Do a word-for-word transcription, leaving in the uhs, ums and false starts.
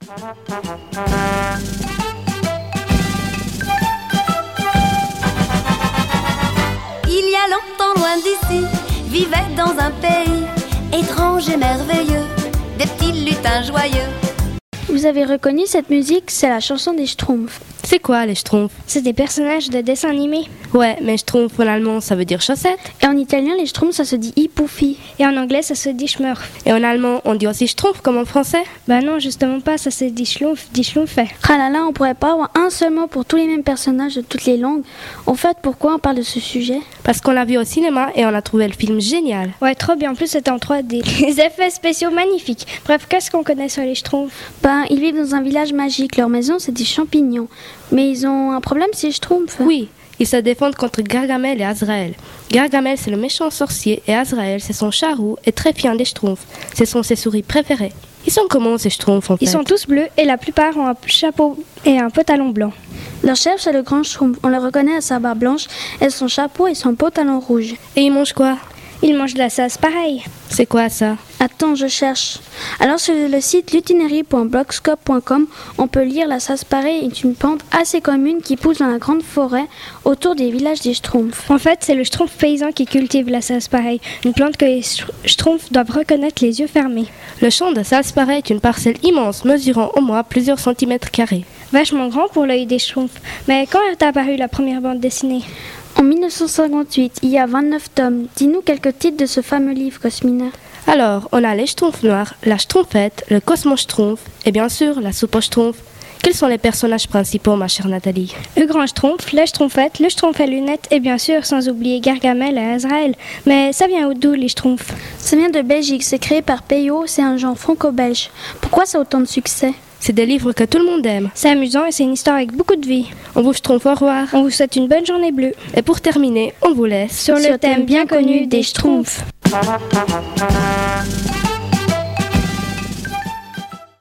Il y a longtemps loin d'ici, vivait dans un pays étrange et merveilleux, des petits lutins joyeux. Vous avez reconnu cette musique, c'est la chanson des Schtroumpfs. C'est quoi les Schtroumpfs? C'est des personnages de dessins animés. Ouais, mais Schtroumpf en allemand ça veut dire chaussette. Et en italien, les Schtroumpfs ça se dit Hippoufi. Et en anglais, ça se dit Schmurf. Et en allemand on dit aussi Schtroumpf comme en français? Bah non, justement pas, ça se dit Schlumpf, dit Schlumpfet. Ah là là, on pourrait pas avoir un seul mot pour tous les mêmes personnages de toutes les langues. En fait, pourquoi on parle de ce sujet? Parce qu'on l'a vu au cinéma et on a trouvé le film génial. Ouais, trop bien, en plus c'était en trois D. Les effets spéciaux magnifiques. Bref, qu'est-ce qu'on connaît sur les Schtroumpfs? Ben, ils vivent dans un village magique, leur maison c'est des champignons. Mais ils ont un problème, ces Schtroumpfs. Oui, ils se défendent contre Gargamel et Azraël. Gargamel c'est le méchant sorcier et Azraël c'est son chat roux et très fier des Schtroumpfs. Ce sont ses souris préférées. Ils sont comment ces Schtroumpfs en fait? Ils sont tous bleus et la plupart ont un chapeau et un pantalon blanc. Leur chef c'est le grand Schtroumpf. On le reconnaît à sa barbe blanche et son chapeau et son pantalon rouge. Et ils mangent quoi? Ils mangent de la sauce pareil. C'est quoi ça? Attends, je cherche. Alors sur le site lutinerie point blogspot point com, on peut lire la sarsaparille est une plante assez commune qui pousse dans la grande forêt autour des villages des Schtroumpfs. En fait, c'est le Schtroumpf paysan qui cultive la sarsaparille, une plante que les Schtroumpfs doivent reconnaître les yeux fermés. Le champ de sarsaparille est une parcelle immense mesurant au moins plusieurs centimètres carrés. Vachement grand pour l'œil des Schtroumpfs. Mais quand est apparue la première bande dessinée? En mille neuf cent cinquante-huit, il y a vingt-neuf tomes. Dis-nous quelques titres de ce fameux livre, Cosmina. Alors, on a les Schtroumpfs noirs, la Schtroumpfette, le Cosmo Schtroumpf et bien sûr la soupe aux Schtroumpfs. Quels sont les personnages principaux, ma chère Nathalie? Le grand Schtroumpf, la Schtroumpfette, le Schtroumpf à lunettes et bien sûr, sans oublier Gargamel et Azraël. Mais ça vient d'où les Schtroumpfs? Ça vient de Belgique, c'est créé par Peyo, c'est un genre franco-belge. Pourquoi ça a autant de succès? C'est des livres que tout le monde aime. C'est amusant et c'est une histoire avec beaucoup de vie. On vous Schtroumpf, au revoir. On vous souhaite une bonne journée bleue. Et pour terminer, on vous laisse sur le thème bien connu des Schtroumpfs.